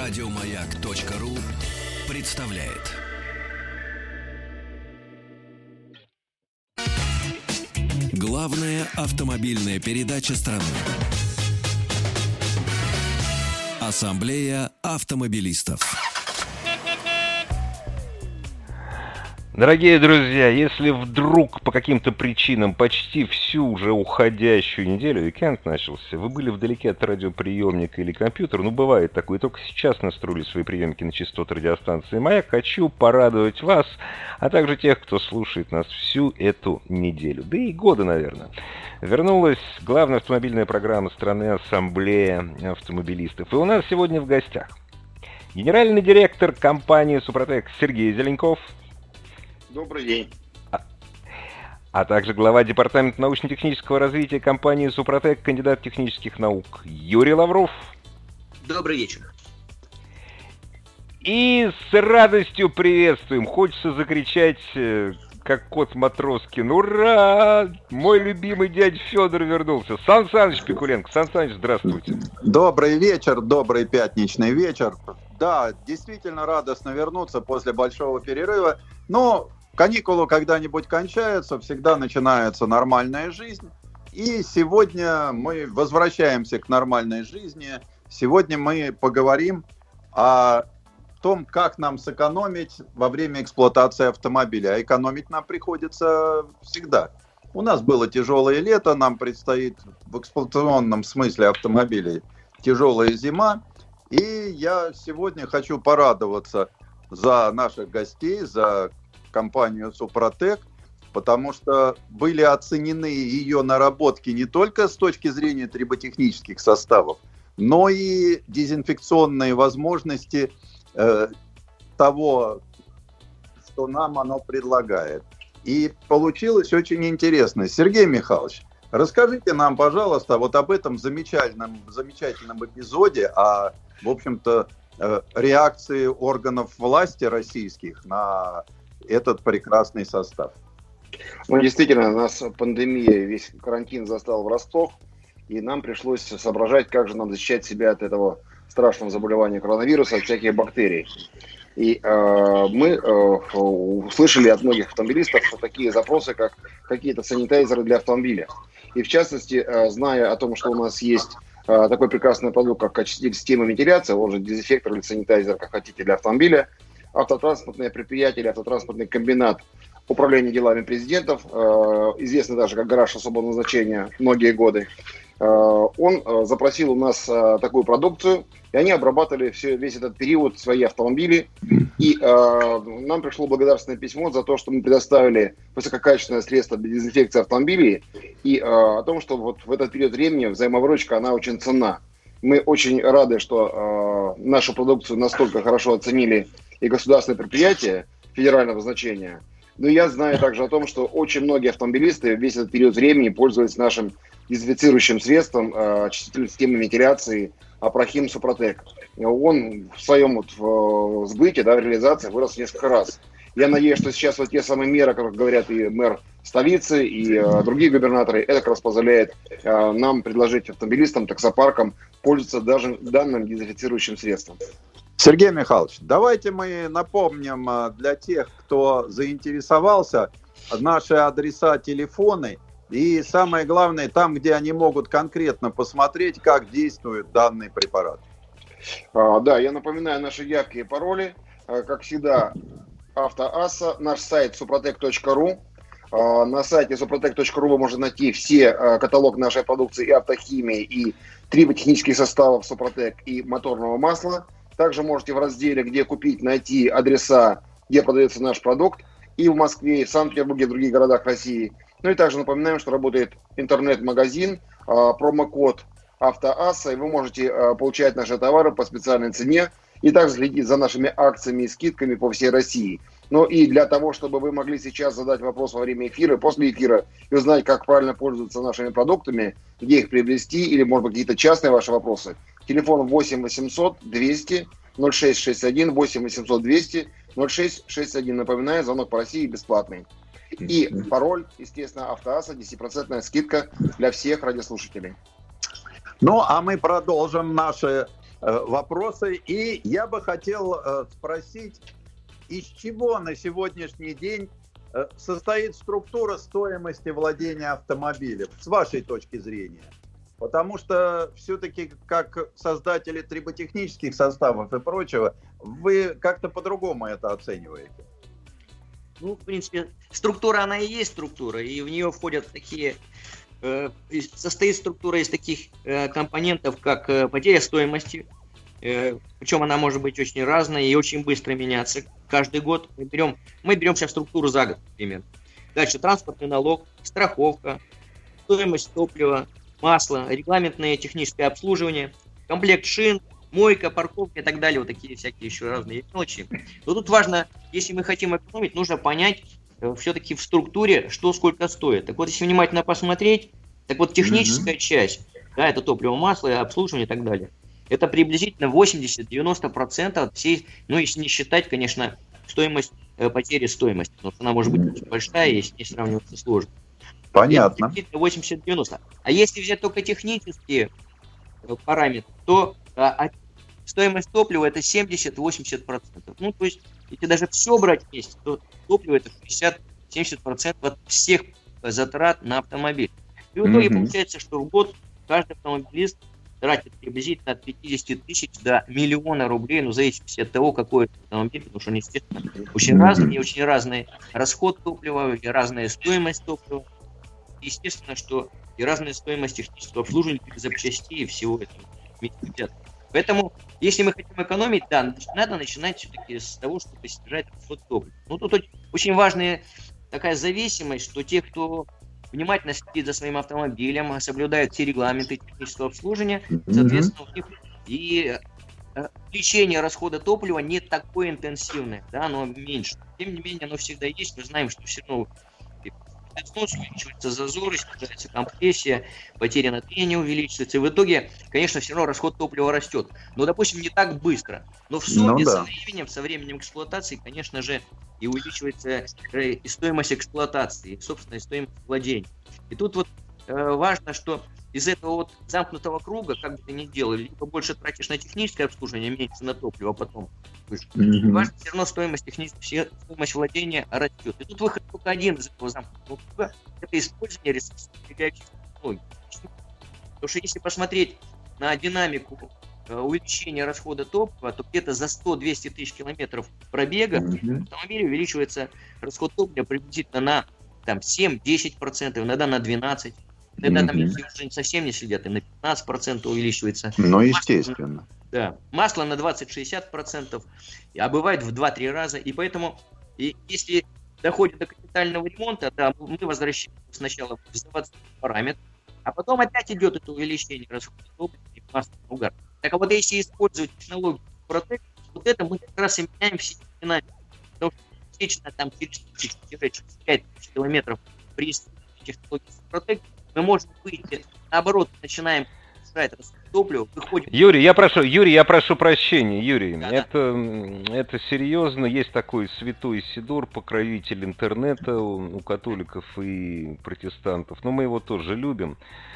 Радиомаяк.ру представляет. Главная автомобильная передача страны. Ассамблея автомобилистов. Дорогие друзья, если вдруг по каким-то причинам почти всю уже уходящую неделю, уикенд начался, вы были вдалеке от радиоприемника или компьютера, бывает такое, только сейчас настроили свои приемники на частоты радиостанции «Маяк», хочу порадовать вас, а также тех, кто слушает нас всю эту неделю, да и годы, наверное. Вернулась главная автомобильная программа страны «Ассамблея автомобилистов», и у нас сегодня в гостях генеральный директор компании «Супротек» Сергей Зеленков. Добрый день. А также глава департамента научно-технического развития компании «Супротек», кандидат технических наук Юрий Лавров. Добрый вечер. И с радостью приветствуем, хочется закричать, как кот Матроскин: ура! Мой любимый дядя Федор вернулся. Сан Саныч Пикуленко. Сан Саныч, здравствуйте. Добрый вечер, добрый пятничный вечер. Да, действительно радостно вернуться после большого перерыва. Но каникулы когда-нибудь кончаются, всегда начинается нормальная жизнь. И сегодня мы возвращаемся к нормальной жизни. Сегодня мы поговорим о том, как нам сэкономить во время эксплуатации автомобиля. А экономить нам приходится всегда. У нас было тяжелое лето, нам предстоит в эксплуатационном смысле автомобилей тяжелая зима. И я сегодня хочу порадоваться за наших гостей, за компанию «Супротек», потому что были оценены ее наработки не только с точки зрения триботехнических составов, но и дезинфекционные возможности того, что нам оно предлагает. И получилось очень интересно. Сергей Михайлович, расскажите нам, пожалуйста, вот об этом замечательном эпизоде, в общем-то, реакции органов власти российских на этот прекрасный состав. Действительно, нас пандемия, весь карантин застал врасплох, и нам пришлось соображать, как же нам защищать себя от этого страшного заболевания коронавируса, от всяких бактерий. И мы услышали от многих автомобилистов такие запросы, как какие-то санитайзеры для автомобиля. И в частности, зная о том, что у нас есть такой прекрасный продукт, как очиститель системы вентиляции, он же дезинфектор или санитайзер, как хотите, для автомобиля, автотранспортное предприятие или автотранспортный комбинат управления делами президентов, известный даже как гараж особого назначения многие годы, он запросил у нас такую продукцию, и они обрабатывали весь этот период свои автомобили. И нам пришло благодарственное письмо за то, что мы предоставили высококачественное средство для дезинфекции автомобилей, и о том, что вот в этот период времени взаимовыручка, она очень ценна. Мы очень рады, что нашу продукцию настолько хорошо оценили и государственные предприятия федерального значения. Но я знаю также о том, что очень многие автомобилисты весь этот период времени пользовались нашим дезинфицирующим средством, очистителем системы вентиляции Апрахим Супротек. Он в своем сбыте, в реализации вырос в несколько раз. Я надеюсь, что сейчас вот те самые меры, как говорят и мэр столицы, и другие губернаторы, это как раз позволяет нам предложить автомобилистам, таксопаркам пользоваться даже данным дезинфицирующим средством. Сергей Михайлович, давайте мы напомним для тех, кто заинтересовался, наши адреса, телефоны и, самое главное, там, где они могут конкретно посмотреть, как действует данный препарат. Да, я напоминаю наши явки и пароли. Как всегда, Автоасса, наш сайт suprotec.ru. На сайте suprotec.ru вы можете найти все каталог нашей продукции и автохимии, и триботехнических составов Супротек, и моторного масла. Также можете в разделе, где купить, найти адреса, где продается наш продукт, и в Москве, и в Санкт-Петербурге, и в других городах России. Ну и также напоминаем, что работает интернет-магазин, промокод Автоасса, и вы можете получать наши товары по специальной цене, и также следить за нашими акциями и скидками по всей России. Ну и для того, чтобы вы могли сейчас задать вопрос во время эфира, после эфира, и узнать, как правильно пользоваться нашими продуктами, где их приобрести, или, может быть, какие-то частные ваши вопросы, телефон 8 800 200 0661, 8 800 200 0661. Напоминаю, звонок по России бесплатный. И пароль, естественно, Автоасса, 10% скидка для всех радиослушателей. Ну, а мы продолжим наши вопросы. И я бы хотел спросить, из чего на сегодняшний день состоит структура стоимости владения автомобилем, с вашей точки зрения? Потому что все-таки, как создатели триботехнических составов и прочего, вы как-то по-другому это оцениваете. Ну, в принципе, структура, она и есть структура, и в нее входят такие... состоит структура из таких компонентов, как потеря стоимости, причем она может быть очень разная и очень быстро меняться. Каждый год мы берем сейчас структуру за год, например. Дальше транспортный налог, страховка, стоимость топлива, масло, регламентное техническое обслуживание, комплект шин, мойка, парковка и так далее, вот такие всякие еще разные мелочи. Но тут важно, если мы хотим экономить, нужно понять все-таки в структуре, что сколько стоит. Так вот, если внимательно посмотреть, так вот техническая часть, да, это топливо, масло, обслуживание и так далее, это приблизительно 80-90% от всей, ну, если не считать, конечно, стоимость, потери стоимости, потому что она может быть очень большая, если не сравниваться сложно. Понятно. 80-90. А если взять только технические параметры, то стоимость топлива это 70-80%. Ну, то есть, если даже все брать вместе, то топливо это 60-70% от всех затрат на автомобиль. И в итоге получается, что в год каждый автомобилист тратит приблизительно от 50 тысяч до миллиона рублей, ну, в зависимости от того, какой автомобиль, потому что он, естественно, очень разный расход топлива, и разная стоимость топлива. Естественно, что и разная стоимость технического обслуживания, запчастей и всего этого. Поэтому, если мы хотим экономить, да, надо начинать все-таки с того, чтобы снижать расход топлива. Ну, тут очень важная такая зависимость, что те, кто внимательно следит за своим автомобилем, соблюдают все регламенты технического обслуживания, соответственно, у них и увеличение расхода топлива не такое интенсивное, да, оно меньше. Тем не менее, оно всегда есть, мы знаем, что все равно увеличивается зазор, снижается компрессия, потеря на трение увеличивается, и в итоге, конечно, все равно расход топлива растет. Но, допустим, не так быстро. Но в сумме со временем эксплуатации, конечно же, и увеличивается и стоимость эксплуатации, и, собственно, и стоимость владения. И тут вот важно, что из этого вот замкнутого круга, как бы ты ни делал, либо больше тратишь на техническое обслуживание, меньше на топливо, а потом важно, все равно стоимость владения растет. И тут выход только один из этого замкнутого круга – это использование ресурсов сберегающих технологий. Потому что если посмотреть на динамику увеличения расхода топлива, то где-то за 100-200 тысяч километров пробега в автомобиле увеличивается расход топлива приблизительно на там, 7-10%, иногда на 12%. Иногда там, если уже совсем не следят, и на 15% увеличивается. Ну, естественно. Масло на 20-60%, а бывает в 2-3 раза. И поэтому, если доходит до капитального ремонта, да, мы возвращаемся сначала в заводской параметр, а потом опять идет это увеличение расхода топлива и масла в угар. Так а вот если использовать технологию Protect, вот это мы как раз и меняем все динамики. Потому что действительно там через 5 тысяч километров при технологии Protect мы можем выйти, наоборот, начинаем снижать расход топлива, выходим... Юрий, я прошу прощения, Юрий. Да. Это серьезно. Есть такой святой Исидор, покровитель интернета у католиков и протестантов. Но мы его тоже любим.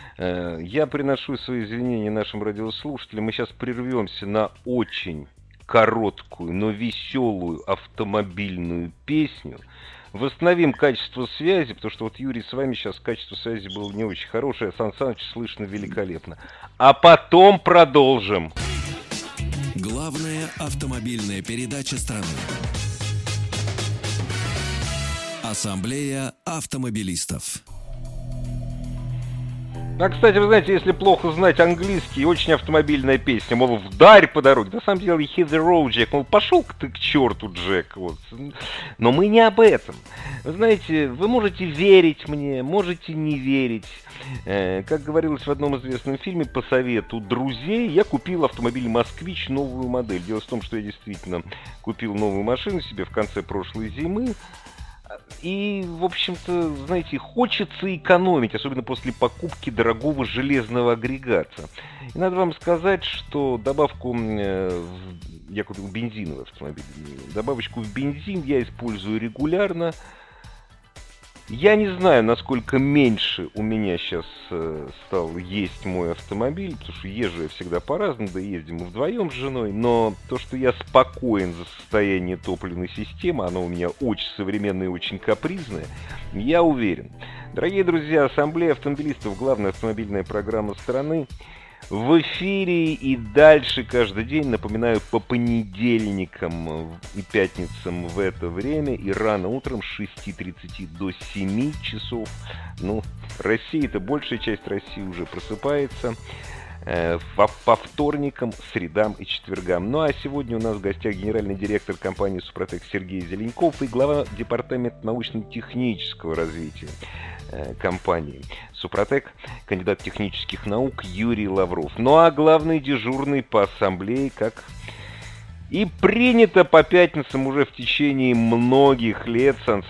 Я приношу свои извинения нашим радиослушателям. Мы сейчас прервемся на очень короткую, но веселую автомобильную песню. Восстановим качество связи, потому что вот, Юрий, с вами сейчас качество связи было не очень хорошее, а Сан Саныч слышно великолепно. А потом продолжим. Главная автомобильная передача страны. Ассамблея автомобилистов. А, кстати, вы знаете, если плохо знать английский, очень автомобильная песня, мол, вдарь по дороге. На самом деле, hit the road, Джек, мол, пошел ты к черту, Джек. Вот. Но мы не об этом. Вы знаете, вы можете верить мне, можете не верить. Как говорилось в одном известном фильме, по совету друзей, я купил автомобиль «Москвич», новую модель. Дело в том, что я действительно купил новую машину себе в конце прошлой зимы. И, в общем-то, знаете, хочется экономить, особенно после покупки дорогого железного агрегата. И надо вам сказать, что добавку, я купил бензиновый автомобиль, добавочку в бензин я использую регулярно. Я не знаю, насколько меньше у меня сейчас стал есть мой автомобиль, потому что езжу я всегда по-разному, да ездим мы вдвоем с женой, но то, что я спокоен за состояние топливной системы, оно у меня очень современное и очень капризное, я уверен. Дорогие друзья, Ассамблея автомобилистов, главная автомобильная программа страны, в эфире и дальше каждый день, напоминаю, по понедельникам и пятницам в это время и рано утром с 6:30 до 7 часов. Ну, Россия, это большая часть России уже просыпается по вторникам, средам и четвергам. Ну а сегодня у нас в гостях генеральный директор компании «Супротек» Сергей Зеленков и глава департамента научно-технического развития компании «Супротек», кандидат технических наук Юрий Лавров. Ну а главный дежурный по ассамблее, как и принято по пятницам уже в течение многих лет, Сан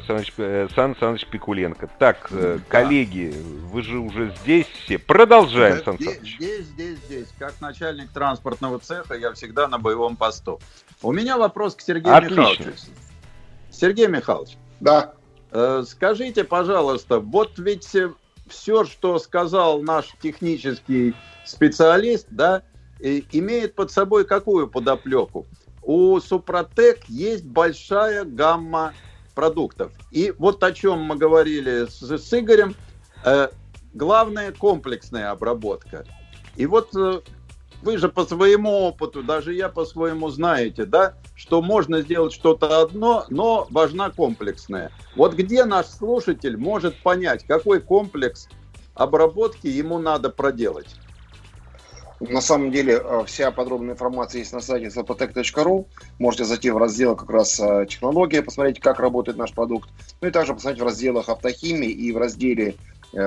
Саныч Пикуленко. Так, коллеги, вы же уже здесь все. Продолжаем, Сан Саныч. Здесь. Как начальник транспортного цеха я всегда на боевом посту. У меня вопрос к Сергею Михайловичу. Сергей Михайлович. Да. Скажите, пожалуйста, вот ведь все, что сказал наш технический специалист, да, имеет под собой какую подоплеку? У Супротек есть большая гамма продуктов. И вот о чем мы говорили с Игорем, главное комплексная обработка. И вот вы же по своему опыту, даже я по своему знаете, да, что можно сделать что-то одно, но важна комплексная. Вот где наш слушатель может понять, какой комплекс обработки ему надо проделать? На самом деле вся подробная информация есть на сайте suprotec.ru. Можете зайти в раздел как раз технология, посмотреть, как работает наш продукт. Ну и также посмотреть в разделах автохимии и в разделе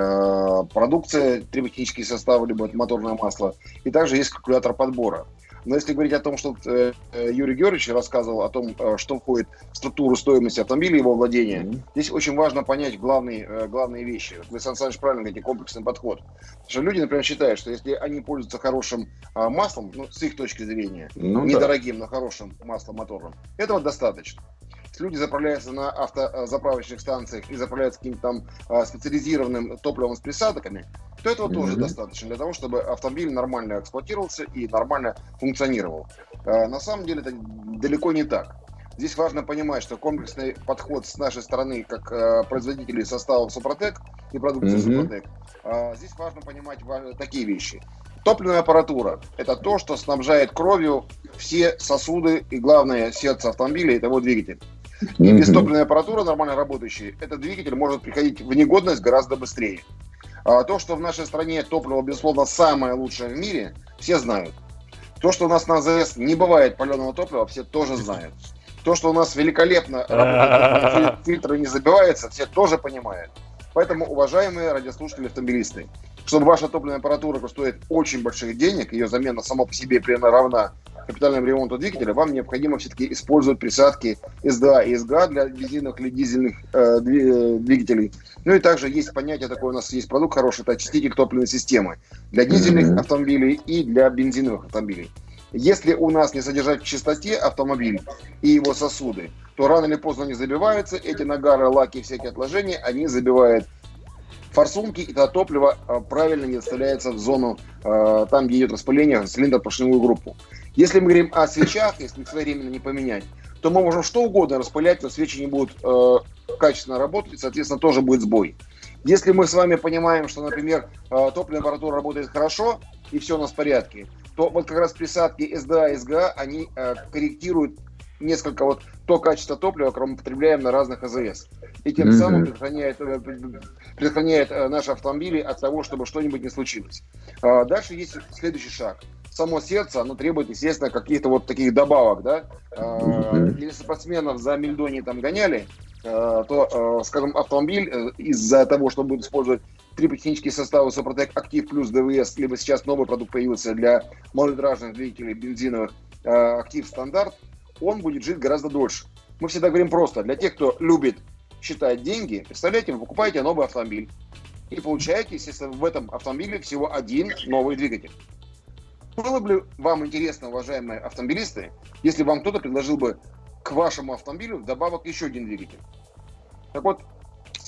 продукция, триботехнические составы, либо моторное масло. И также есть калькулятор подбора. Но если говорить о том, что Юрий Георгиевич рассказывал о том, что входит в структуру стоимости автомобиля и его владения, здесь очень важно понять главные вещи. Вы, Сан Саныч, правильно говорите, комплексный подход. Потому что люди, например, считают, что если они пользуются хорошим маслом, ну, с их точки зрения, недорогим, но хорошим маслом моторным, этого достаточно. Если люди заправляются на автозаправочных станциях и заправляются каким-то там специализированным топливом с присадками, то этого тоже достаточно для того, чтобы автомобиль нормально эксплуатировался и нормально функционировал. На самом деле это далеко не так. Здесь важно понимать, что комплексный подход с нашей стороны, как производителей составов Супротек и продукции Супротек, здесь важно понимать такие вещи. Топливная аппаратура – это то, что снабжает кровью все сосуды и, главное, сердце автомобиля и того двигателя. И без топливной аппаратуры, нормально работающей, этот двигатель может приходить в негодность гораздо быстрее. То, что в нашей стране топливо, безусловно, самое лучшее в мире, все знают. То, что у нас на АЗС не бывает паленого топлива, все тоже знают. То, что у нас великолепно работают фильтры, не забиваются, все тоже понимают. Поэтому, уважаемые радиослушатели, автомобилисты, чтобы ваша топливная аппаратура стоит очень больших денег, ее замена сама по себе примерно равна капитальному ремонту двигателя, вам необходимо все-таки использовать присадки СДА и СГА для бензиновых или дизельных двигателей. Ну и также есть понятие такое, у нас есть продукт хороший, это очиститель топливной системы для дизельных автомобилей и для бензиновых автомобилей. Если у нас не содержать в чистоте автомобиль и его сосуды, то рано или поздно они забиваются, эти нагары, лаки, всякие отложения, они забивают форсунки, и тогда топливо правильно не доставляется в зону, там, где идет распыление, в цилиндр-поршневую группу. Если мы говорим о свечах, если их своевременно не поменять, то мы можем что угодно распылять, но свечи не будут качественно работать, и, соответственно, тоже будет сбой. Если мы с вами понимаем, что, например, топливная аппаратура работает хорошо, и все у нас в порядке, то вот как раз присадки СДА и СГА, они корректируют несколько вот то качество топлива, которое мы потребляем на разных АЗС. И тем самым предохраняет наши автомобили от того, чтобы что-нибудь не случилось. Дальше есть следующий шаг. Само сердце, оно требует, естественно, каких-то вот таких добавок, да. Если спортсменов за мельдоний там гоняли, то, скажем, автомобиль из-за того, что будет использовать триботехнические составы Супротек Актив плюс ДВС, либо сейчас новый продукт появился для малолитражных двигателей бензиновых Актив Стандарт, он будет жить гораздо дольше. Мы всегда говорим просто, для тех, кто любит считать деньги, представляете, вы покупаете новый автомобиль и получаете, естественно, в этом автомобиле всего один новый двигатель. Было бы вам интересно, уважаемые автомобилисты, если вам кто-то предложил бы к вашему автомобилю вдобавок еще один двигатель? Так вот,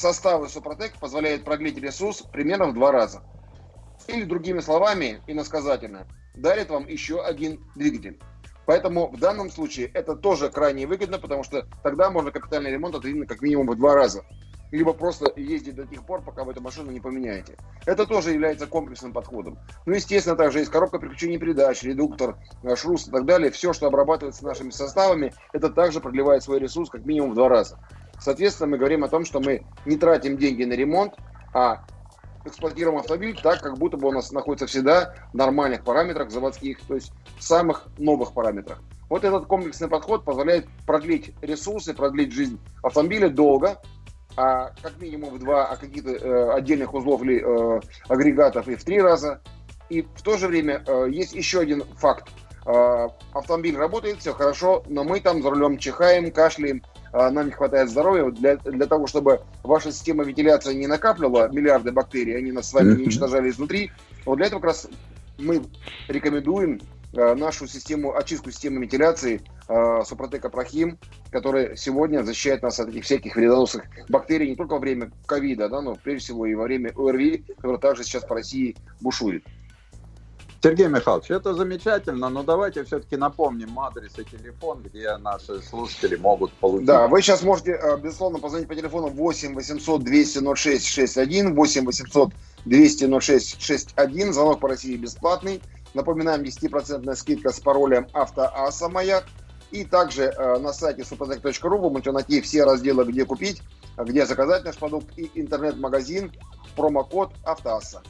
составы Супротек позволяют продлить ресурс примерно в 2 раза. Или другими словами, иносказательно, дарит вам еще один двигатель. Поэтому в данном случае это тоже крайне выгодно, потому что тогда можно капитальный ремонт отодвинуть как минимум в 2 раза. Либо просто ездить до тех пор, пока вы эту машину не поменяете. Это тоже является комплексным подходом. Ну, естественно, также есть коробка переключения передач, редуктор, шрус и так далее. Все, что обрабатывается нашими составами, это также продлевает свой ресурс как минимум в 2 раза. Соответственно, мы говорим о том, что мы не тратим деньги на ремонт, а эксплуатируем автомобиль так, как будто бы у нас находится всегда в нормальных параметрах заводских, то есть в самых новых параметрах. Вот этот комплексный подход позволяет продлить ресурсы, продлить жизнь автомобиля долго, а как минимум в 2, а каких-то отдельных узлов или агрегатов и в 3 раза. И в то же время есть еще один факт. Автомобиль работает, все хорошо, но мы там за рулем чихаем, кашляем, нам не хватает здоровья. Для того, чтобы ваша система вентиляции не накапливала миллиарды бактерий, они нас с вами не уничтожали изнутри, вот для этого как раз мы рекомендуем нашу систему, очистку системы вентиляции Супротек Апрахим, которая сегодня защищает нас от этих всяких вредоносных бактерий не только во время ковида, да, но прежде всего и во время ОРВИ, который также сейчас по России бушует. Сергей Михайлович, это замечательно, но давайте все-таки напомним адрес и телефон, где наши слушатели могут получить. Да, вы сейчас можете, безусловно, позвонить по телефону 8 800 200 06 61, 8 800 200 06 61, звонок по России бесплатный. Напоминаем, 10% скидка с паролем «Автоасса Маяк». И также на сайте suprotec.ru вы можете найти все разделы, где купить, где заказать наш продукт, и интернет-магазин, промокод «Автоасса».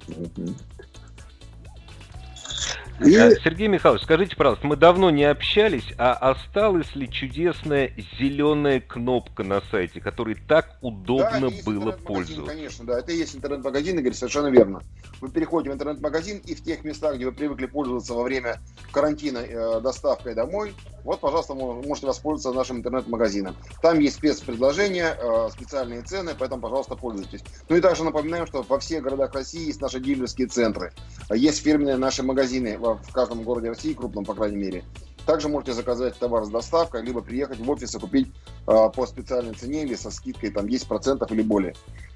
Сергей Михайлович, скажите, пожалуйста, мы давно не общались, а осталась ли чудесная зеленая кнопка на сайте, которой так удобно было пользоваться? Конечно, да, это и есть интернет-магазин, Игорь, совершенно верно. Вы переходите в интернет-магазин, и в тех местах, где вы привыкли пользоваться во время карантина доставкой домой, вот, пожалуйста, можете воспользоваться нашим интернет-магазином. Там есть спецпредложения, специальные цены, поэтому, пожалуйста, пользуйтесь. Ну и также напоминаем, что во всех городах России есть наши дилерские центры, есть фирменные наши магазины в каждом городе России, крупном, по крайней мере. Также можете заказать товар с доставкой, либо приехать в офис и купить по специальной цене или со скидкой там 10% или более.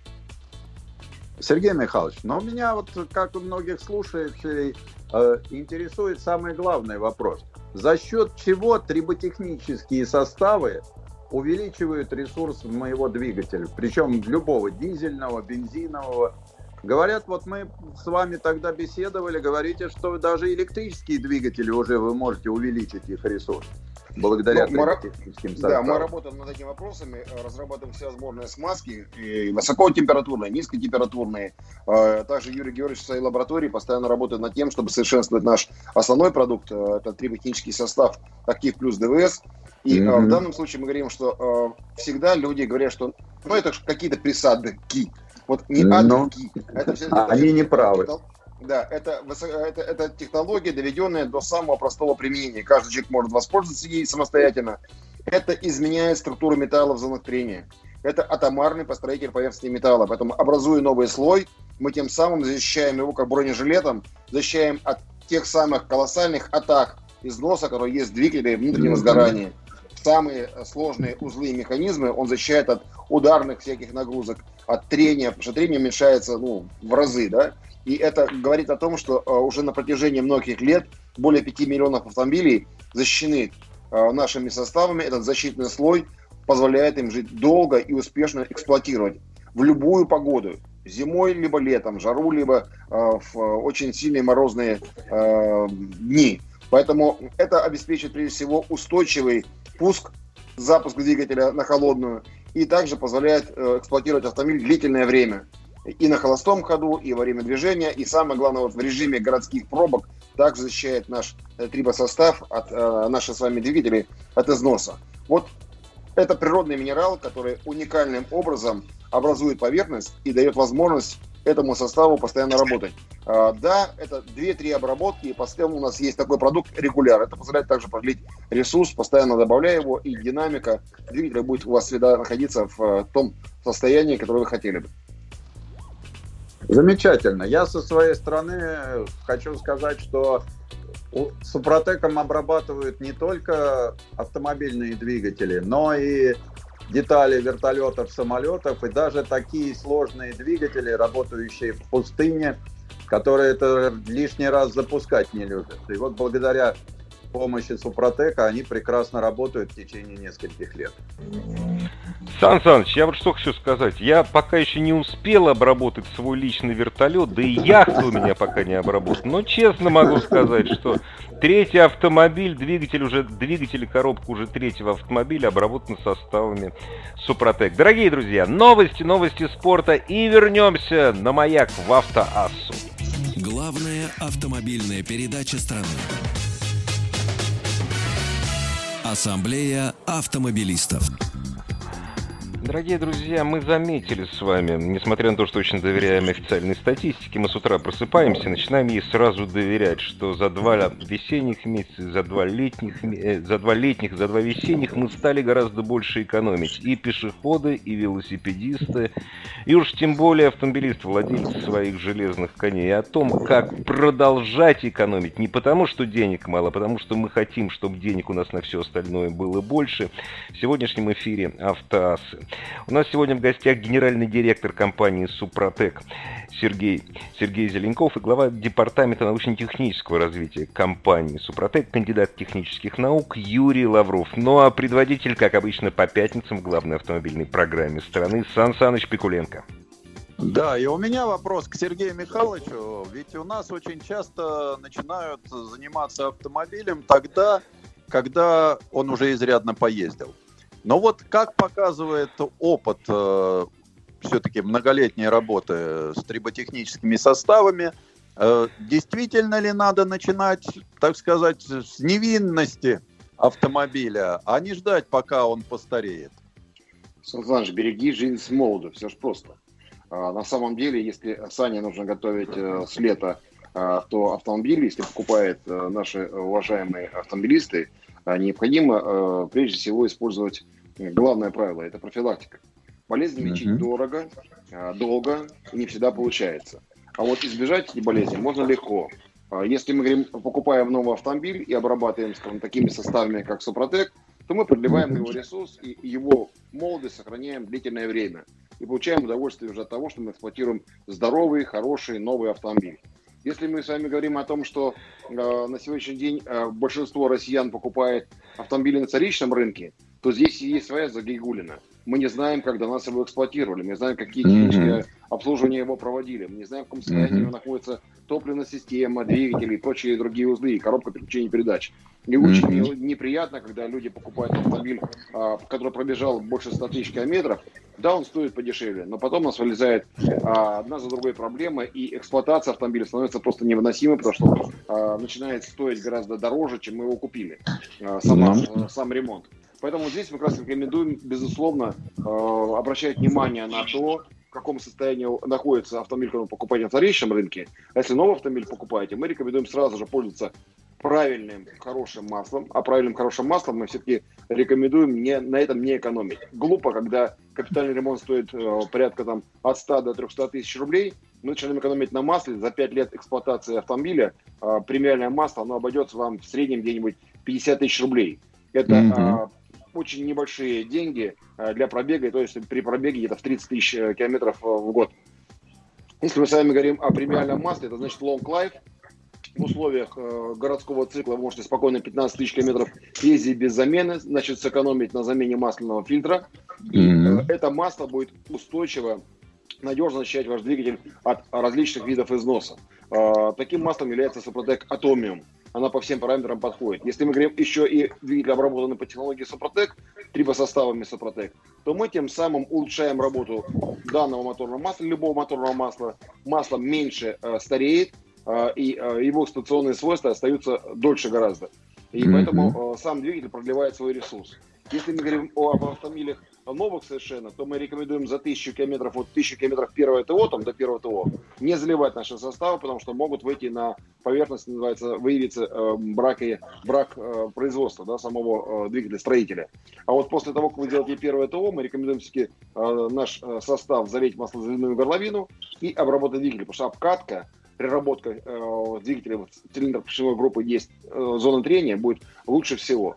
Сергей Михайлович, но меня вот, как у многих слушателей, интересует самый главный вопрос. За счет чего триботехнические составы увеличивают ресурс моего двигателя? Причем любого, дизельного, бензинового. Говорят, вот мы с вами тогда беседовали, говорите, что даже электрические двигатели уже вы можете увеличить их ресурс. Благодаря триботехническим составам. Да, мы работаем над этими вопросами, разрабатываем всевозможные смазки, и высокотемпературные, низкотемпературные. Также Юрий Георгиевич в своей лаборатории постоянно работает над тем, чтобы совершенствовать наш основной продукт, это триботехнический состав Актив Плюс ДВС. И в данном случае мы говорим, что всегда люди говорят, что это какие-то присадки. Вот не адки. Они не правы. Да, это технология, доведенная до самого простого применения. Каждый человек может воспользоваться ей самостоятельно. Это изменяет структуру металла в зонах трения. Это атомарный построитель поверхности металла. Поэтому, образуя новый слой, мы тем самым защищаем его как бронежилетом, защищаем от тех самых колоссальных атак износа, которые есть в двигателе внутреннего сгорания. Самые сложные узлы и механизмы он защищает от ударных всяких нагрузок, от трения, потому что трение уменьшается в разы, да. И это говорит о том, что уже на протяжении многих лет более 5 миллионов автомобилей защищены нашими составами. Этот защитный слой позволяет им жить долго и успешно эксплуатировать в любую погоду. Зимой, либо летом, жару, либо в очень сильные морозные дни. Поэтому это обеспечит прежде всего устойчивый запуск двигателя на холодную и также позволяет эксплуатировать автомобиль длительное время. И на холостом ходу, и во время движения, и самое главное, в режиме городских пробок также защищает наш трибосостав от наших с вами двигателей от износа. Вот это природный минерал, который уникальным образом образует поверхность и дает возможность этому составу постоянно работать. Да, это 2-3 обработки, и постоянно у нас есть такой продукт регуляр. Это позволяет также продлить ресурс, постоянно добавляя его, и динамика двигателя будет у вас всегда находиться в том состоянии, которое вы хотели бы. Замечательно. Я со своей стороны хочу сказать, что Супротеком обрабатывают не только автомобильные двигатели, но и детали вертолетов, самолетов и даже такие сложные двигатели, работающие в пустыне, которые это лишний раз запускать не любят. И вот благодаря помощи Супротека они прекрасно работают в течение нескольких лет. Сан Саныч, я вот что хочу сказать. Я пока еще не успел обработать свой личный вертолет, да и яхта у меня пока не обработана. Но честно могу сказать, что третий автомобиль, двигатель и коробка уже третьего автомобиля обработаны составами Супротек. Дорогие друзья, новости спорта, и вернемся на маяк в Автоассу. Главная автомобильная передача страны. Ассамблея автомобилистов. Дорогие друзья, мы заметили с вами, несмотря на то, что очень доверяем официальной статистике, мы с утра просыпаемся, начинаем ей сразу доверять, что за 2 весенних месяца, за 2 весенних мы стали гораздо больше экономить. И пешеходы, и велосипедисты, и уж тем более автомобилисты, владельцы своих железных коней. И о том, как продолжать экономить, не потому, что денег мало, а потому, что мы хотим, чтобы денег у нас на все остальное было больше, в сегодняшнем эфире Автоассы. У нас сегодня в гостях генеральный директор компании «Супротек» Сергей Зеленков и глава департамента научно-технического развития компании «Супротек», кандидат технических наук Юрий Лавров. Ну а предводитель, как обычно, по пятницам в главной автомобильной программе страны Сан Саныч Пикуленко. Да, и у меня вопрос к Сергею Михайловичу. Ведь у нас очень часто начинают заниматься автомобилем тогда, когда он уже изрядно поездил. Но вот как показывает опыт все-таки многолетней работы с триботехническими составами, действительно ли надо начинать, так сказать, с невинности автомобиля, а не ждать, пока он постареет? Сан Саныч, береги жизнь с молоду, все же просто. На самом деле, если сани нужно готовить с лета, то автомобиль, если покупают наши уважаемые автомобилисты, необходимо прежде всего использовать главное правило – это профилактика. Болезнь лечить дорого, долго и не всегда получается. А вот избежать эти болезни можно легко. Если мы говорим, покупаем новый автомобиль и обрабатываем, скажем, такими составами, как Супротек, то мы продлеваем его ресурс и его молодость сохраняем длительное время. И получаем удовольствие уже от того, что мы эксплуатируем здоровый, хороший, новый автомобиль. Если мы с вами говорим о том, что на сегодняшний день большинство россиян покупает автомобили на вторичном рынке, то здесь и есть своя загогулина. Мы не знаем, как до нас его эксплуатировали, мы не знаем, какие технические обслуживания его проводили, мы не знаем, в каком состоянии находится топливная система, двигатели и прочие другие узлы, и коробка переключения передач. И очень неприятно, когда люди покупают автомобиль, который пробежал больше 100 тысяч километров. Да, он стоит подешевле, но потом у нас вылезает одна за другой проблема, и эксплуатация автомобиля становится просто невыносимой, потому что начинает стоить гораздо дороже, чем мы его купили, сам ремонт. Поэтому здесь мы как раз рекомендуем, безусловно, обращать внимание на то, в каком состоянии находится автомобиль, который вы покупаете на вторичном рынке. А если новый автомобиль покупаете, мы рекомендуем сразу же пользоваться правильным хорошим маслом. А правильным хорошим маслом мы все-таки рекомендуем на этом не экономить. Глупо, когда капитальный ремонт стоит порядка от 100 до 300 тысяч рублей, мы начинаем экономить на масле. За 5 лет эксплуатации автомобиля премиальное масло, оно обойдется вам в среднем где-нибудь 50 тысяч рублей. Это очень небольшие деньги для пробега, то есть при пробеге где-то в 30 тысяч километров в год. Если мы с вами говорим о премиальном масле, это значит long life. В условиях городского цикла вы можете спокойно 15 тысяч километров ездить без замены, значит сэкономить на замене масляного фильтра. И это масло будет устойчиво, надежно защищать ваш двигатель от различных видов износа. Таким маслом является Супротек Atomium. Она по всем параметрам подходит. Если мы говорим еще и двигатель обработанный по технологии Супротек, трибосоставами Супротек, то мы тем самым улучшаем работу данного моторного масла, любого моторного масла. Масло меньше стареет, и его эксплуатационные свойства остаются дольше гораздо. И поэтому сам двигатель продлевает свой ресурс. Если мы говорим об автомобилях новых совершенно, то мы рекомендуем за 1000 километров, от 1000 километров первого ТО, до первого ТО, не заливать наши составы, потому что могут выйти на поверхность, называется, выявиться брак производства, самого двигателя-строителя. А вот после того, как вы делаете первое ТО, мы рекомендуем все-таки наш состав залить в маслозаливную горловину и обработать двигатель, потому что обкатка, переработка двигателя цилиндров поршневой группы есть зона трения будет лучше всего.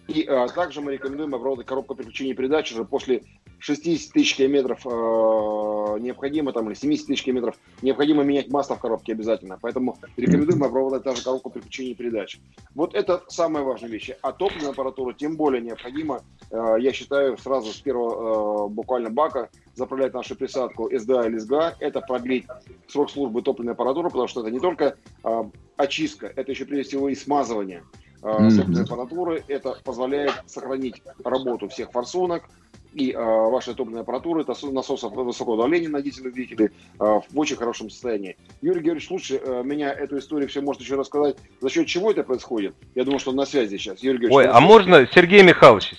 И также мы рекомендуем оборудовать коробку переключения передач уже после 60 тысяч километров необходимо, там, или 70 тысяч километров необходимо менять масло в коробке обязательно. Поэтому рекомендуем оборудовать также коробку переключения передач. Вот это самая важная вещь. А топливную аппаратуру тем более необходимо, я считаю, сразу с первого буквально бака заправлять нашу присадку СДА или СГА. Это продлить срок службы топливной аппаратуры, потому что это не только очистка, это еще прежде всего и смазывание топливной аппаратуры. Это позволяет сохранить работу всех форсунок и вашей топливной аппаратуры, насосов высокого давления на дизельном двигателе в очень хорошем состоянии. Юрий Георгиевич лучше меня эту историю все может еще рассказать, за счет чего это происходит. Я думаю, что он на связи сейчас. Юрий Георгиевич, ой, а можно, Сергей Михайлович,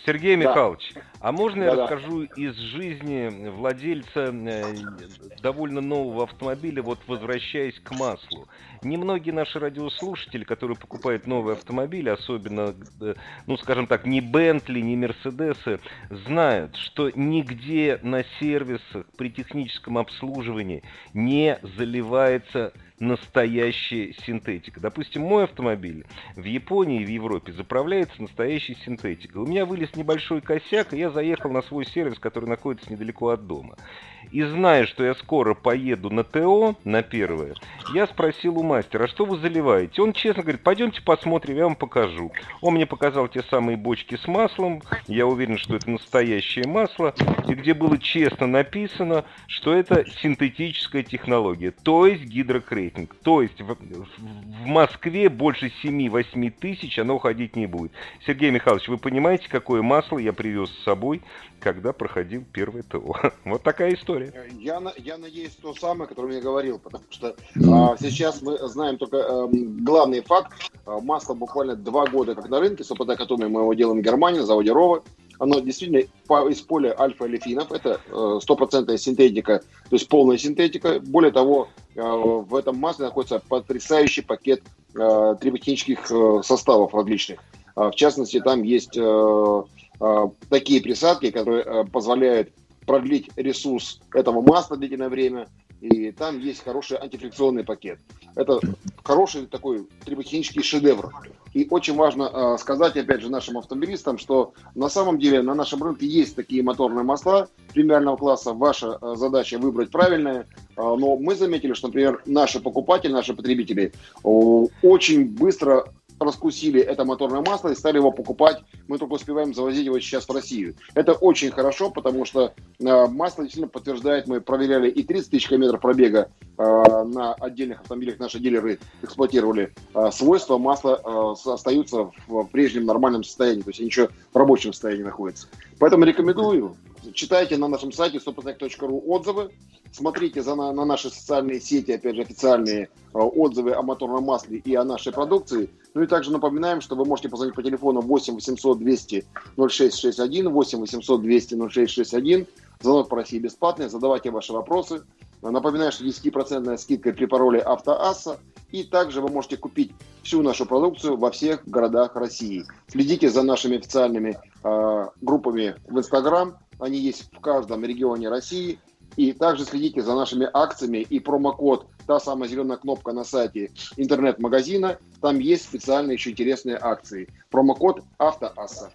а можно я Да-да. расскажу из жизни владельца довольно нового автомобиля, вот возвращаясь к маслу. Немногие наши радиослушатели, которые покупают новые автомобили, особенно, ну, скажем так, не Бентли, не Мерседесы, знают, что нигде на сервисах при техническом обслуживании не заливается настоящая синтетика. Допустим, мой автомобиль в Японии и в Европе заправляется настоящей синтетикой. У меня вылез небольшой косяк, и я заехал на свой сервис, который находится недалеко от дома. И зная, что я скоро поеду на ТО, на первое, я спросил у мастера, а что вы заливаете? Он честно говорит, пойдемте посмотрим, я вам покажу. Он мне показал те самые бочки с маслом, я уверен, что это настоящее масло, и где было честно написано, что это синтетическая технология, то есть гидрокрейтинг. То есть в Москве больше 7-8 тысяч оно уходить не будет. Сергей Михайлович, вы понимаете, какое масло я привез с собой, когда проходил первое ТО? Вот такая история. Я надеюсь, то самое, которое я говорил, потому что сейчас мы знаем только главный факт. Масло буквально 2 года как на рынке, с опыта которого мы его делаем в Германии, на заводе Рова. Оно действительно из поля альфа-олефинов, это 100% синтетика, то есть полная синтетика. Более того, в этом масле находится потрясающий пакет триботехнических составов различных. В частности, там есть такие присадки, которые позволяют продлить ресурс этого масла длительное время. И там есть хороший антифрикционный пакет. Это хороший такой триботехнический шедевр. И очень важно сказать, опять же, нашим автомобилистам, что на самом деле на нашем рынке есть такие моторные масла премиального класса. Ваша задача выбрать правильное. Но мы заметили, что, например, наши покупатели, наши потребители очень быстро раскусили это моторное масло и стали его покупать. Мы только успеваем завозить его сейчас в Россию. Это очень хорошо, потому что масло действительно подтверждает, мы проверяли и 30 тысяч километров пробега на отдельных автомобилях, наши дилеры эксплуатировали. Свойства масла остаются в прежнем нормальном состоянии, то есть они еще в рабочем состоянии находятся. Поэтому рекомендую. Читайте на нашем сайте stopprotect.ru отзывы, смотрите на наши социальные сети, опять же, официальные отзывы о моторном масле и о нашей продукции. Ну и также напоминаем, что вы можете позвонить по телефону 8 800 200 0661, 8 800 200 0661. Звонок по России бесплатный, задавайте ваши вопросы. Напоминаю, что 10% скидка при пароле АвтоАсса. И также вы можете купить всю нашу продукцию во всех городах России. Следите за нашими официальными группами в Инстаграм. Они есть в каждом регионе России. И также следите за нашими акциями и промокод, та самая зеленая кнопка на сайте интернет-магазина. Там есть специальные еще интересные акции. Промокод АвтоАсса.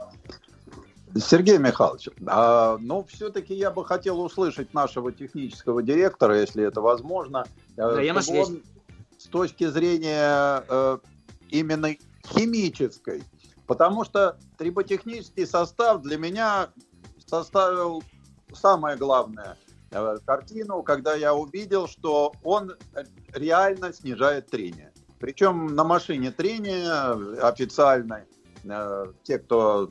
Сергей Михайлович, но все-таки я бы хотел услышать нашего технического директора, если это возможно. Да, я на связи. С точки зрения именно химической, потому что триботехнический состав для меня составил самое главное картину, когда я увидел, что он реально снижает трение. Причем на машине трение официальной, те, кто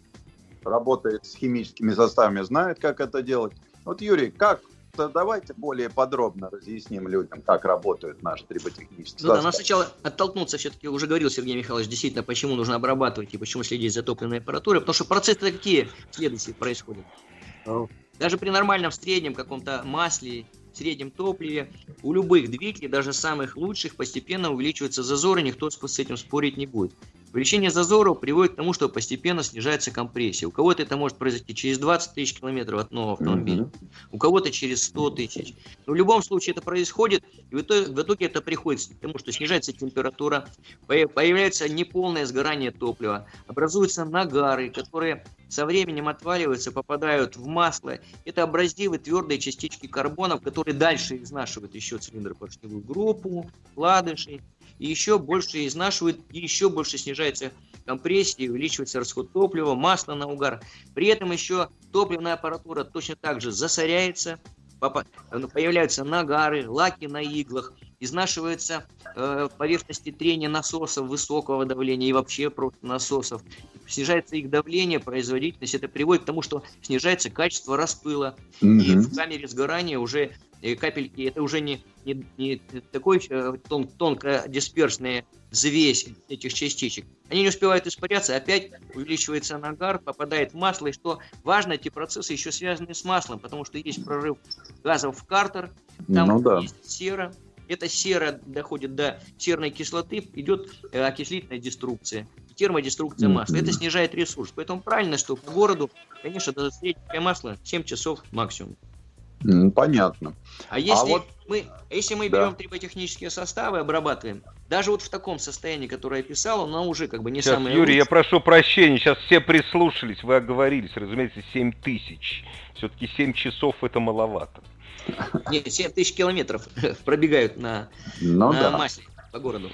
работает с химическими составами, знают, как это делать. Вот, Юрий, давайте более подробно разъясним людям, как работают наши триботехнические составы. Да, надо сначала оттолкнуться, все-таки уже говорил Сергей Михайлович, действительно, почему нужно обрабатывать и почему следить за топливной аппаратурой, потому что процессы какие следующие происходят. Даже при нормальном среднем каком-то масле, среднем топливе, у любых двигателей, даже самых лучших, постепенно увеличиваются зазоры, никто с этим спорить не будет. Увеличение зазоров приводит к тому, что постепенно снижается компрессия. У кого-то это может произойти через 20 тысяч километров от нового автомобиля, у кого-то через 100 тысяч. Но в любом случае это происходит, и в итоге это приходит к тому, что снижается температура, появляется неполное сгорание топлива, образуются нагары, которые со временем отваливаются, попадают в масло. Это абразивы, твердые частички карбонов, которые дальше изнашивают еще цилиндропоршневую группу, вкладыши, и еще больше изнашивают, и еще больше снижается компрессия, увеличивается расход топлива, масла на угар. При этом еще топливная аппаратура точно так же засоряется, появляются нагары, лаки на иглах, изнашиваются поверхности трения насосов высокого давления и вообще просто насосов. Снижается их давление, производительность. Это приводит к тому, что снижается качество распыла. И в камере сгорания уже капельки, это уже не такой тонко дисперсная взвесь этих частичек. Они не успевают испаряться, опять увеличивается нагар, попадает в масло. И что важно, эти процессы еще связаны с маслом, потому что есть прорыв газов в картер, там есть сера. Эта сера доходит до серной кислоты, идет окислительная деструкция, термодеструкция масла. Это снижает ресурс. Поэтому правильно, что по городу, конечно, даже среднее масло 7 часов максимум. Понятно. А если мы берем триботехнические составы, обрабатываем, даже вот в таком состоянии, которое я писал, оно уже как бы не сейчас, самое Юрий, лучшее. я прошу прощения, сейчас все прислушались, вы оговорились, разумеется, 7 тысяч. Все-таки 7 часов это маловато. Нет, 7 тысяч километров пробегают на масле по городу.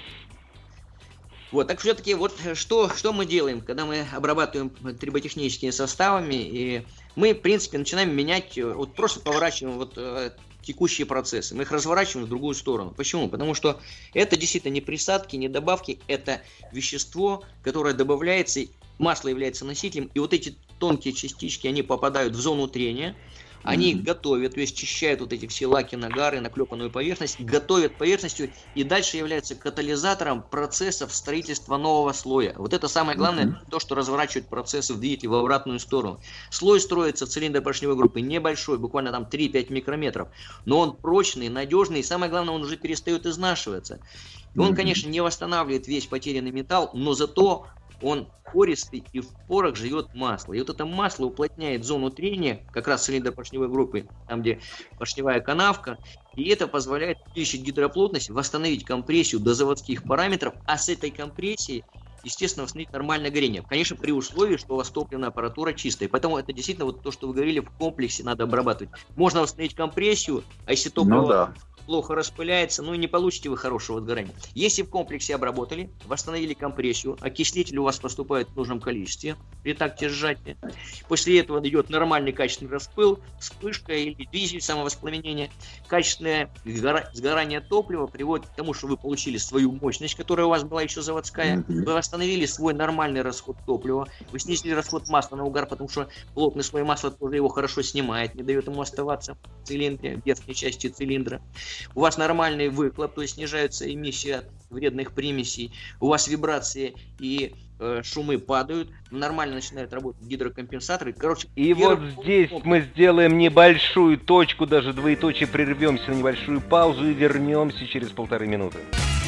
Вот, так все-таки вот что мы делаем, когда мы обрабатываем триботехническими составами, и мы, в принципе, начинаем менять, вот просто поворачиваем текущие процессы, мы их разворачиваем в другую сторону. Почему? Потому что это действительно не присадки, не добавки, это вещество, которое добавляется, масло является носителем, и вот эти тонкие частички, они попадают в зону трения, они готовят, то есть очищают вот эти все лаки, нагары, наклепанную поверхность, готовят поверхностью и дальше являются катализатором процессов строительства нового слоя. Вот это самое главное, то, что разворачивает процессы в двигателе в обратную сторону. Слой строится цилиндропоршневой группы небольшой, буквально там 3-5 микрометров, но он прочный, надежный, и самое главное, он уже перестает изнашиваться. И он, конечно, не восстанавливает весь потерянный металл, но зато он пористый, и в порах живет масло. И вот это масло уплотняет зону трения, как раз цилиндропоршневой группы, там, где поршневая канавка, и это позволяет увеличить гидроплотность, восстановить компрессию до заводских параметров, а с этой компрессией, естественно, восстановить нормальное горение. Конечно, при условии, что у вас топливная аппаратура чистая. Поэтому это действительно вот то, что вы говорили, в комплексе надо обрабатывать. Можно восстановить компрессию, а если топливо плохо распыляется, не получите вы хорошего сгорания. Если в комплексе обработали, восстановили компрессию, окислитель у вас поступает в нужном количестве при такте сжатия. После этого идет нормальный качественный распыл, вспышка или дизель, самовоспламенение. Качественное сгорание топлива приводит к тому, что вы получили свою мощность, которая у вас была еще заводская. Вы восстановили свой нормальный расход топлива. Вы снизили расход масла на угар, потому что плотный слой масла тоже его хорошо снимает, не дает ему оставаться в цилиндре, в верхней части цилиндра. У вас нормальный выхлоп, то есть снижается эмиссия вредных примесей, у вас вибрации и шумы падают, нормально начинают работать гидрокомпенсаторы. И вот здесь мы сделаем небольшую точку, даже двоеточие, прервемся на небольшую паузу и вернемся через 1,5 минуты.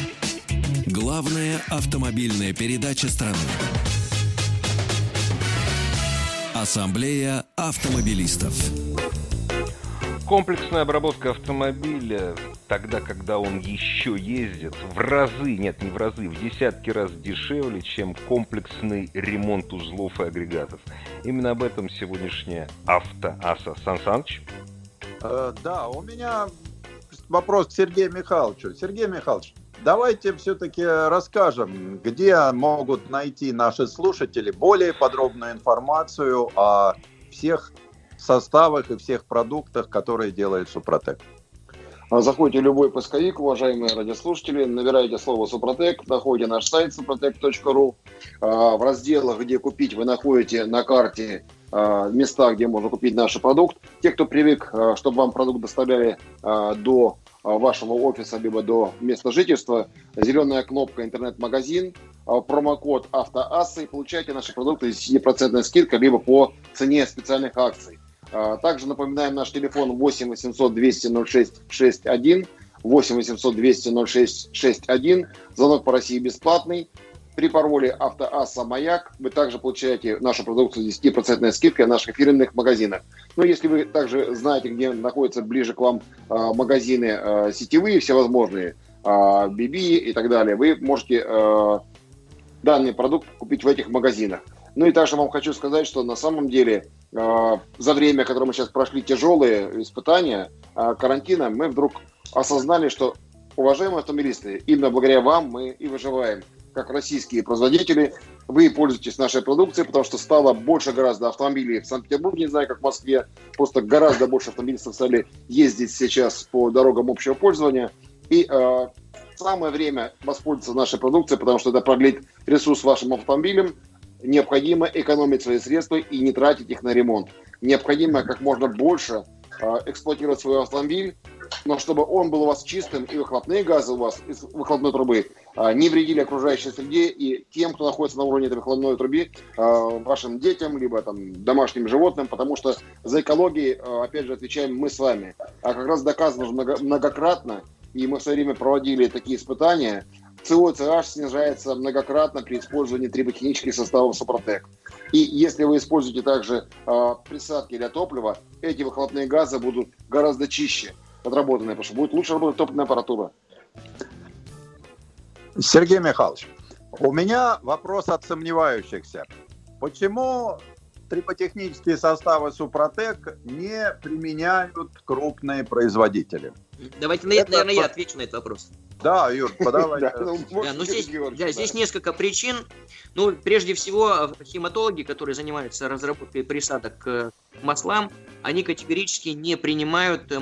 Главная автомобильная передача страны. Ассамблея автомобилистов. Комплексная обработка автомобиля, тогда, когда он еще ездит, в разы, нет, не в разы, в десятки раз дешевле, чем комплексный ремонт узлов и агрегатов. Именно об этом сегодняшняя Автоаса. Сан Саныч? Да, у меня вопрос к Сергею Михайловичу. Сергей Михайлович, давайте все-таки расскажем, где могут найти наши слушатели более подробную информацию о всех составах и всех продуктах, которые делает Супротек. Заходите в любой поисковик, уважаемые радиослушатели, набираете слово Супротек, находите наш сайт suprotec.ru. В разделах, где купить, вы находите на карте места, где можно купить наш продукт. Те, кто привык, чтобы вам продукт доставляли до вашего офиса, либо до места жительства, зеленая кнопка «Интернет-магазин», промокод «Автоасса» и получаете наши продукты с 10% скидкой, либо по цене специальных акций. Также напоминаем наш телефон 8 800 200 0661, 8 800 200 0661. Звонок по России бесплатный. При пароле «Автоасса Маяк» вы также получаете нашу продукцию с 10% скидкой в наших фирменных магазинах. Ну, если вы также знаете, где находятся ближе к вам магазины сетевые, всевозможные, BB и так далее, вы можете данный продукт купить в этих магазинах. Ну и также вам хочу сказать, что на самом деле за время, которое мы сейчас прошли тяжелые испытания карантина, мы вдруг осознали, что, уважаемые автомобилисты, именно благодаря вам мы и выживаем. Как российские производители, вы пользуетесь нашей продукцией, потому что стало больше гораздо автомобилей в Санкт-Петербурге, не знаю, как в Москве, просто гораздо больше автомобилистов стали ездить сейчас по дорогам общего пользования. И самое время воспользоваться нашей продукцией, потому что это продлит ресурс вашим автомобилям. Необходимо экономить свои средства и не тратить их на ремонт. Необходимо как можно больше эксплуатировать свой автомобиль, но чтобы он был у вас чистым, и выхлопные газы у вас из выхлопной трубы не вредили окружающей среде и тем, кто находится на уровне этой выхлопной трубы, вашим детям, либо там домашним животным, потому что за экологией, опять же, отвечаем мы с вами. А как раз доказано многократно, и мы в свое время проводили такие испытания, СО и CH снижается многократно при использовании триботехнических составов Супротек. И если вы используете также присадки для топлива, эти выхлопные газы будут гораздо чище отработанные, потому что будет лучше работать топливная аппаратура. Сергей Михайлович, у меня вопрос от сомневающихся. Почему триботехнические составы Супротек не применяют крупные производители? Давайте, наверное, я отвечу на этот вопрос. Да, Юр, подавай. Здесь несколько причин. Ну, прежде всего, химатологи, которые занимаются разработкой присадок к маслам, они категорически не принимают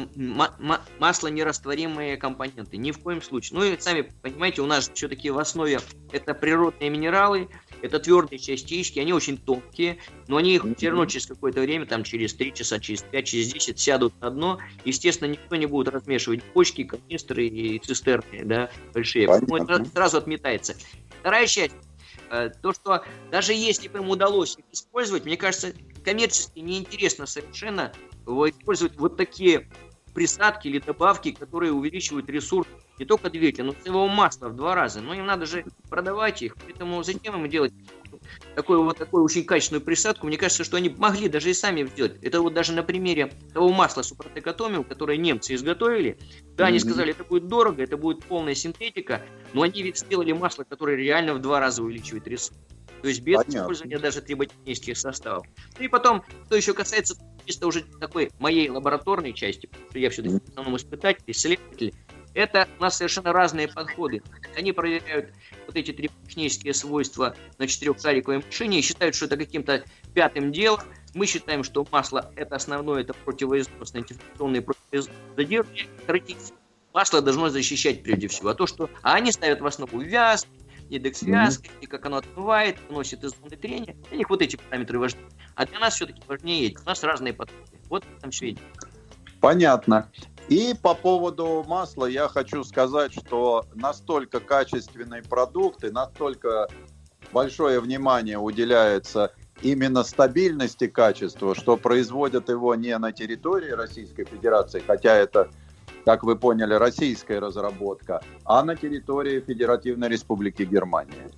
маслонерастворимые компоненты. Ни в коем случае. Ну и сами понимаете, у нас все-таки в основе это природные минералы, это твердые частички, они очень тонкие, но они их все равно через какое-то время, там через 3 часа, через 5, через 10 сядут на дно. Естественно, никто не будет размешивать бочки, канистры и цистерны, да, большие. Поэтому это сразу отметается. Вторая часть. То, что даже если бы им удалось их использовать, мне кажется, коммерчески неинтересно совершенно использовать вот такие присадки или добавки, которые увеличивают ресурс не только двигателя, но и своего масла в 2 раза. Но им надо же продавать их, поэтому зачем им делать такую очень качественную присадку? Мне кажется, что они могли даже и сами сделать. Это вот даже на примере того масла Супротек Atomium, которое немцы изготовили. Да, они сказали, это будет дорого, это будет полная синтетика, но они ведь сделали масло, которое реально в 2 раза увеличивает ресурс. То есть без использования даже триботехнических составов. Ну и потом, что еще касается чисто уже такой моей лабораторной части, потому что я все-таки в основном испытатель, исследователь, это у нас совершенно разные подходы. Они проверяют вот эти триботехнические свойства на 4-шариковой машине и считают, что это каким-то 5-м делом. Мы считаем, что масло это основное, это противоизносное, антифрикционное, противозадерживание. Масло должно защищать прежде всего. А они ставят в основу вязкость, индекс вязкости, как оно отмывает, выносит из зоны трения. Для них вот эти параметры важны. А для нас все-таки важнее эти. У нас разные подходы. Вот там все идет. Понятно. И по поводу масла я хочу сказать, что настолько качественный продукт и настолько большое внимание уделяется именно стабильности качества, что производят его не на территории Российской Федерации, хотя это, как вы поняли, российская разработка, а на территории Федеративной Республики Германия.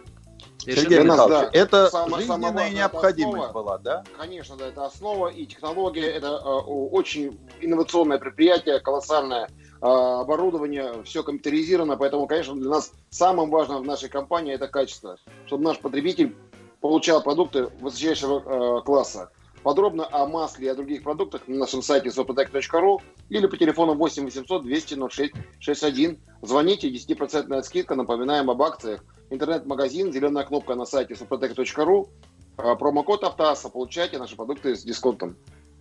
Сергей Михайлович, это жизненная необходимость была, да? Конечно, да, это основа и технология, это очень инновационное предприятие, колоссальное оборудование, все компьютеризировано, поэтому, конечно, для нас самым важным в нашей компании это качество, чтобы наш потребитель получал продукты высочайшего класса. Подробно о масле и о других продуктах на нашем сайте suprotec.ru или по телефону 8 800 200 06 61. Звоните, 10% скидка, напоминаем об акциях. Интернет-магазин, зеленая кнопка на сайте suprotec.ru, промокод «Автоасса», получайте наши продукты с дисконтом.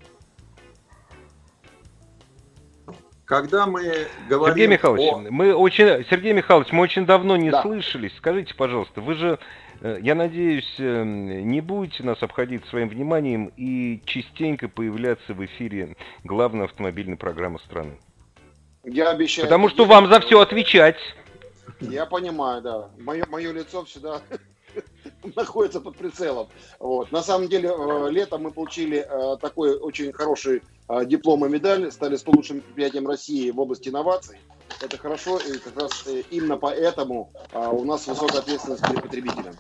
Когда мы говорим Сергей Михайлович, мы очень давно не слышались. Скажите, пожалуйста, вы же, я надеюсь, не будете нас обходить своим вниманием и частенько появляться в эфире главной автомобильной программы страны? Я обещаю. Потому что вам за все отвечать. Я понимаю, да. Мое лицо всегда находится под прицелом. Вот. На самом деле, летом мы получили такой очень хороший диплом и медаль, стали 100 лучшим предприятием России в области инноваций. это хорошо, и как раз именно поэтому у нас высокая ответственность перед потребителем.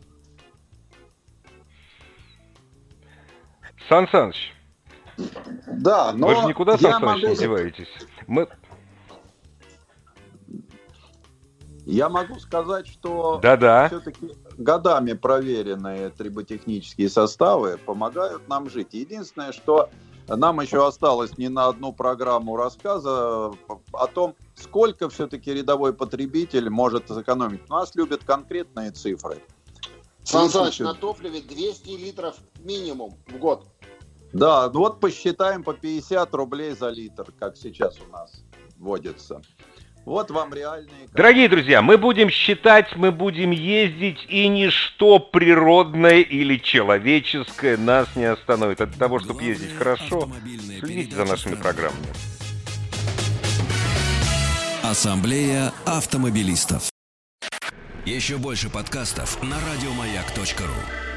Сан Саныч, Да, но вы же никуда, Сан Саныч, могу... не деваетесь. Я могу сказать, что Да-да. все-таки годами проверенные триботехнические составы помогают нам жить. Единственное, что нам еще осталось не на одну программу рассказа о том, сколько все-таки рядовой потребитель может сэкономить. У нас любят конкретные цифры. Сан Саныч, на топливе 200 литров минимум в год. Да, вот посчитаем по 50 рублей за литр, как сейчас у нас вводится. Вот вам реальные... Дорогие друзья, мы будем считать, мы будем ездить, и ничто природное или человеческое нас не остановит от того, чтобы ездить хорошо. Следите за нашими программами. Ассамблея автомобилистов. Еще больше подкастов на радиомаяк.ру.